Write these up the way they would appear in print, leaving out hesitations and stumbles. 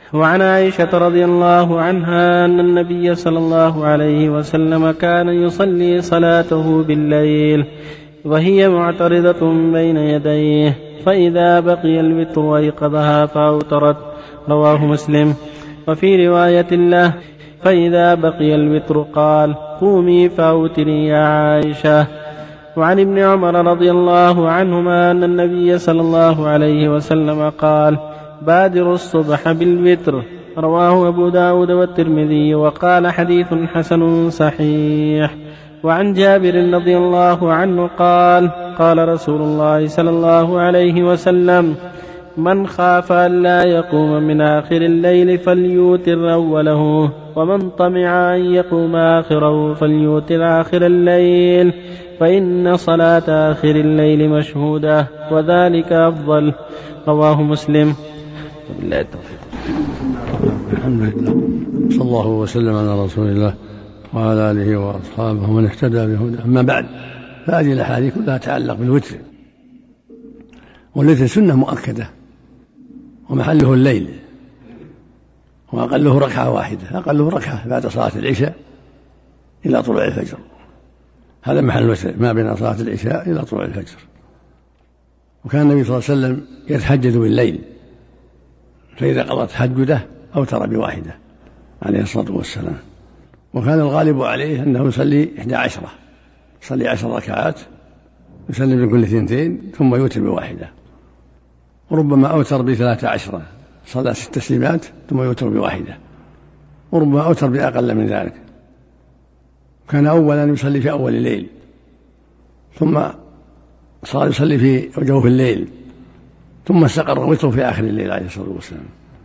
وعن عائشة رضي الله عنها أن النبي صلى الله عليه وسلم كان يصلي صلاته بالليل وهي معترضة بين يديه، فإذا بقي الوتر أيقظها فأوترت. رواه مسلم. وفي رواية له: فإذا بقي الوتر قال: قومي فأوتري يا عائشة. وعن ابن عمر رضي الله عنهما أن النبي صلى الله عليه وسلم قال: بادروا الصبح بالوتر. رواه أبو داود والترمذي وقال: حديث حسن صحيح. وعن جابر رضي الله عنه قال: قال رسول الله صلى الله عليه وسلم: من خاف أن لا يقوم من آخر الليل فليوتر أوله، ومن طمع أن يقوم آخره فليوتر آخر الليل، فإن صلاة آخر الليل مشهودة وذلك أفضل. رواه مسلم. بالله التوفيق. الحمد لله، صلى الله وسلم على رسول الله وعلى آله وأصحابه ومن اهتدى بهداه. أما بعد، فهذه الأحاديث كلها تتعلق بالوتر، والوتر سنة مؤكدة ومحله الليل، وأقله ركعة واحدة، أقله ركعة بعد صلاة العشاء إلى طلوع الفجر. هذا محل الوتر، ما بين صلاة العشاء إلى طلوع الفجر. وكان النبي صلى الله عليه وسلم يتهجد بالليل، فإذا قضى تهجده أوتر بواحدة عليه الصلاة والسلام. وكان الغالب عليه أنه يصلي 11، يصلي 10 ركعات، يسلم بكل 2 ثم يوتر بواحدة. وربما أوتر ب13، صلى 6 تسليمات ثم يوتر بواحدة. وربما أوتر بأقل من ذلك. كان أولا يصلي في أول الليل، ثم صار يصلي في جوف الليل، ثم استقر وتره في آخر الليل عليه الصلاة والسلام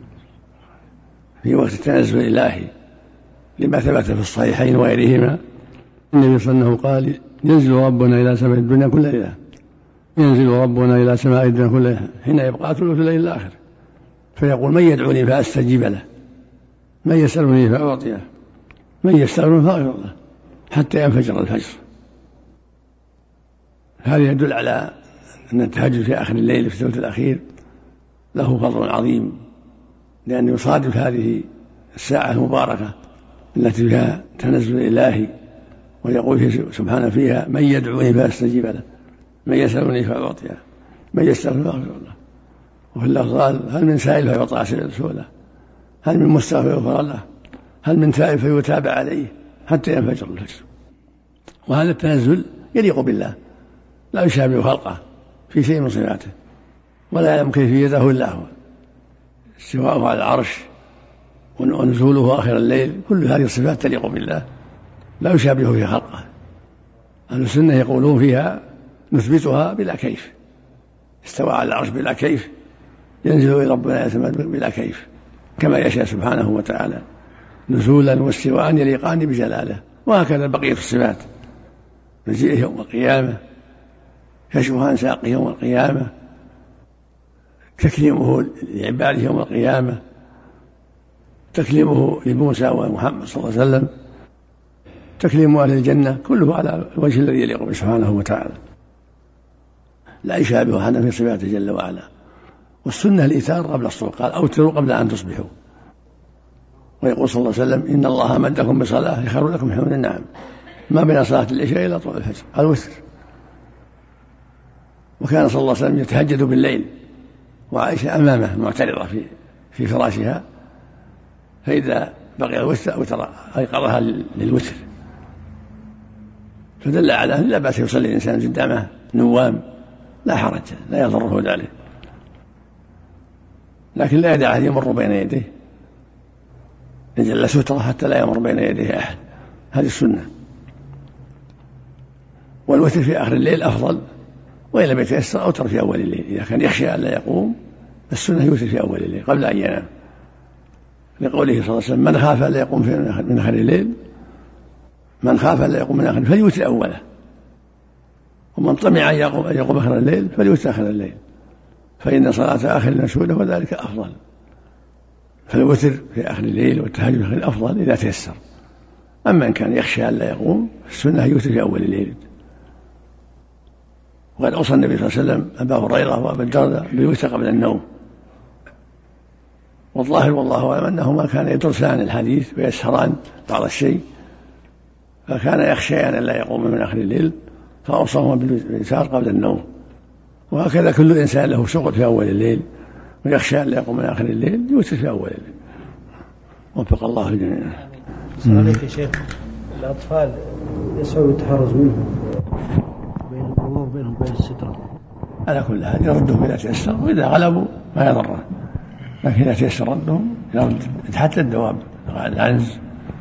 في وقت التنزل الإلهي، لما ثبت في الصحيحين وغيرهما النبي صلى الله عليه وسلم قال: ينزل ربنا إلى سماء الدنيا كل ليلة، ينزل ربنا إلى سماء الدنيا كل ليلة حين يبقى ثلث الليل الآخر، فيقول: من يدعوني فأستجيب له، من يسألني فأعطيه، من يستغفرني فأغفر له، حتى ينفجر الفجر. هذا يدل على أن التهجد في آخر الليل في الثلث الأخير له فضل عظيم، لأنه يصادف هذه الساعة المباركة التي فيها تنزل إلهي، ويقول سبحانه فيها: من يدعوني فأستجيب له، من يسألني فأعطيه، من يستغفر فأغفر له. وفي اللفظ قال: هل من سائل فيعطى سؤله، هل من مستغفر يغفر له، هل من تائب فيتاب عليه، حتى ينفجر الفجر. وهذا التنزل يليق بالله، لا يشابه خلقه في شيء من صفاته، ولا يعلم كيفيته إلا هو. استواءه على العرش ونزوله آخر الليل، كل هذه الصفات تليق بالله، لا يشابه في خلقه. أهل السنة يقولون فيها نثبتها بلا كيف، استوى على العرش بلا كيف، ينزل إلى ربنا بلا كيف، كما يشاء سبحانه وتعالى، نزولا واستواء يليقان بجلاله. وهكذا بقية الصفات: مجيئه يوم القيامة، كشف عن ساقه يوم القيامة، تكليمه لعباده يوم القيامة، تكليمه لموسى ومحمد صلى الله عليه وسلم، تكليم أهل الجنة، كله على الوجه الذي يليق به سبحانه وتعالى، لا يشابه أحد في صفاته جل وعلا. والسنة الإيتار قبل الصبح، قال: أوتروا قبل أن تصبحوا. ويقول صلى الله عليه وسلم: إن الله مدكم بصلاة خير لكم من حمر النعم، ما بين صلاة العشاء إلى طلوع الفجر، الوتر. وكان صلى الله عليه وسلم يتهجد بالليل وعائشة أمامه معترضة في فراشها، فإذا بقي الوتر أيقظها للوتر، فدل على أن لا بأس يصلي الإنسان قدامه نوام، لا حرج، لا يضره ذلك، لكن لا يدع أحد يمر بين يديه، يجعل سترة حتى لا يمر بين يديه أحد، هذه السنة. والوتر في آخر الليل أفضل، وإن لم يتيسر أوتر في أول الليل، إذا كان يخشى أن لا يقوم السنة يوتر في أول الليل قبل أن ينام، لقوله صلى الله عليه وسلم: من خاف أن لا يقوم من آخر الليل، من خاف أن لا يقوم من آخر فليوتر أوله، ومن طمع أن يقوم آخر الليل فليوتر آخر الليل، فإن صلاة آخر مشهودة وذلك أفضل. فالوتر في آخر الليل والتهجد في آخر الأفضل إذا تيسر. أما إن كان يخشى أن لا يقوم السنة يوتر في أول الليل. وقد أوصى النبي صلى الله عليه وسلم أبا هريرة وأبا الدرداء بالوتر قبل النوم، والظاهر والله أعلم أنهما كان يدرسان الحديث ويسهران بعض الشيء، فكان يخشى أن لا يقوم من آخر الليل فأوصاهما بالوتر قبل النوم. وهكذا كل إنسان له شغل في أول الليل ويخشى أن لا يقوم من آخر الليل يوتر في أول الليل. وفق الله الجميع. السلام عليكم يا شيخ. الأطفال يسعوا التحرز منهم بين الوضوء وبينهم بين السترة. على كل حال يردهم إذا تيسر، وإذا غلبوا ما يضره، لكن إذا تيسر ردهم يرد حتى الدواب العنز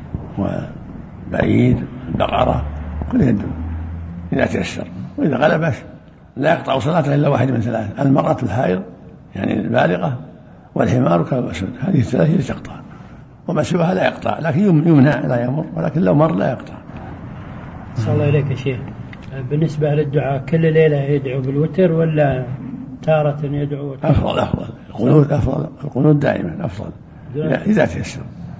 وبعيد البقرة كل يده إذا تيسر. وإذا غلبش لا يقطع صلاته إلا واحد من ثلاث: المرأة الحائض يعني البالغة، والحمار كلب أسود، هذه الثلاث هي تقطع، وما سواها لا يقطع، لكن يمنع لا يمر، ولكن لو مر لا يقطع. صلى الله عليك يا شيخ. بالنسبة للدعاء كل ليلة يدعو بالوتر ولا تارة يدعو؟ أفضل القنوت، أفضل القنوت دائما أفضل إذا تيسر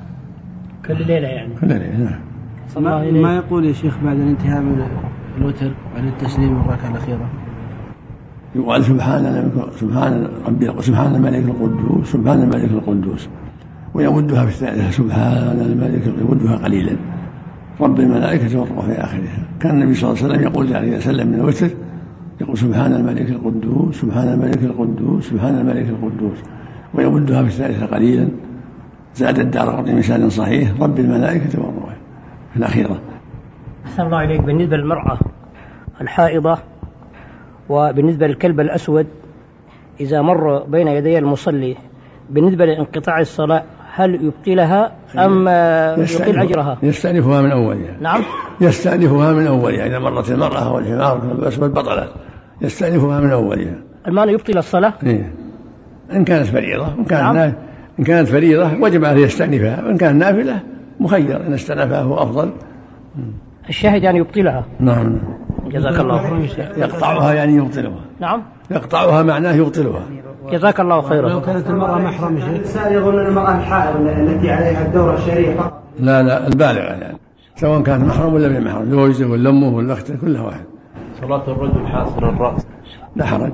كل ليلة يعني. كل ليلة. ما يقول يا شيخ بعد الانتهاء من الوتر بعد التسليم الركعة الأخيرة؟ يقال سبحان ربي، سبحان الملك القدوس، سبحان الملك القدوس، ويمدها في الثالثة سبحان الملك، يمدها قليلا، رب الملائكة والروح في آخرها. كان النبي صلى الله عليه وسلم يقول عليه وسلم من الوتر يقول سبحان الملك القدوس، سبحان الملك القدوس، سبحان الملك القدوس، ويمدها في الثالثة قليلا. زاد الدارقطني بسند صحيح رب الملائكة والروح في الأخيرة. أحسن الله إليك. بالنسبة للمرأة الحائضة وبالنسبة للكلب الأسود إذا مر بين يدي المصلي، بالنسبة لانقطاع الصلاة هل يبطلها أم يبطل أجرها؟ يستأنفها من أولها. نعم، يستأنفها من أولها. إذا مرت المرأة والحمار والكلب الأسود بطلت، يستأنفها من أولها. المعنى يبطل الصلاة؟ إيه. إن كانت فريضة، نعم. إن كانت فريضة وجب عليه يستأنفها، وإن كانت نافلة مخير، إن استأنفها هو أفضل. الشاهد يعني يبطلها. نعم. جزاك الله خيرا. يقطعها يعني يبطلها. نعم، يقطعها معناه يبطلها. جزاك الله خيرا. لو كانت المرأة محرم الإنسان يظن المرأة الحائض التي عليها الدورة الشرعية فقط. لا البالغة يعني سواء كان محرم ولا غير محرم، زوجته ولا أمه ولا أخته كلها واحد. صلاة الرجل حاصر الرأس لا حرج.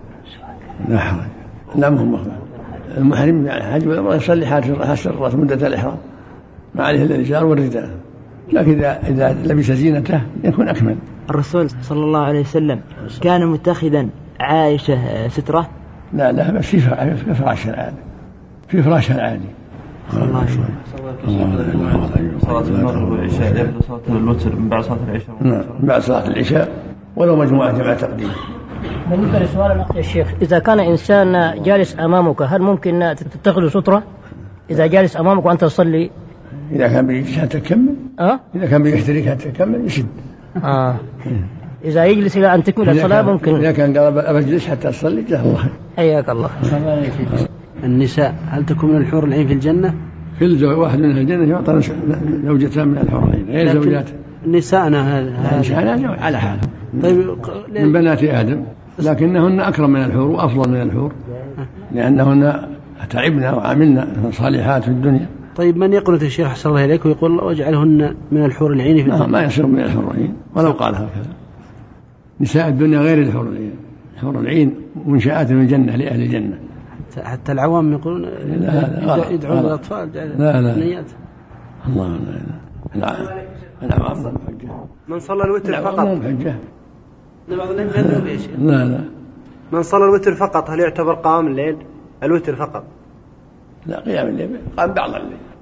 لا مهم المحرم يعني حج ولا يصلي حاصر الرأس مدة الإحرام، ما عليه إلا الإزار والرداء، لكن إذا لبس زينته يكون أكمل. الرسول صلى الله عليه وسلم كان متخذا عائشة سترة؟ لا بس في فراشها العادي، في فراشها العادي. صلاة المغرب والعشاء يبدأ صلاة الوتر من بعد صلاة العشاء. نعم، من بعد صلاة العشاء ولو مجموعة جمع تقديم. بالنسبة لسؤال الأخ يا شيخ، إذا كان إنسان جالس أمامك هل ممكن تتخذ سترة إذا جالس أمامك وأنت تصلي؟ إذا كان بيجلس حتى تكمل. إذا كان بيحترق حتى تكمل يشد. إذا يجلس إلى أن تكمل الصلاة ممكن. إذا كان قال أجلس حتى أصلي جزاه الله خير. حياك الله. النساء هل تكون من الحور العين في الجنة؟ كل واحد من الجنة يعطى زوجتان من الحور العين غير زوجات نساءنا نساءنا على حالهم. طيب من بنات آدم، لكنهن أكرم من الحور وأفضل من الحور لأنهن تعبنا وعملنا صالحات في الدنيا. طيب من يقنط يا شيخ أحسن الله إليك ويقول واجعلهن من الحور العين في الجنة؟ ما يصير من الحور العين ولو قال هكذا. نساء الدنيا غير الحور العين، الحور العين منشآت من الجنة لأهل الجنة. حتى العوام يقولون يدعون الأطفال لا الله لا العوام حجة. من صلى الوتر فقط حجة. لا من صلى الوتر فقط هل يعتبر قام الليل؟ الوتر فقط؟ لا، قيام الليل قام بعض الليل.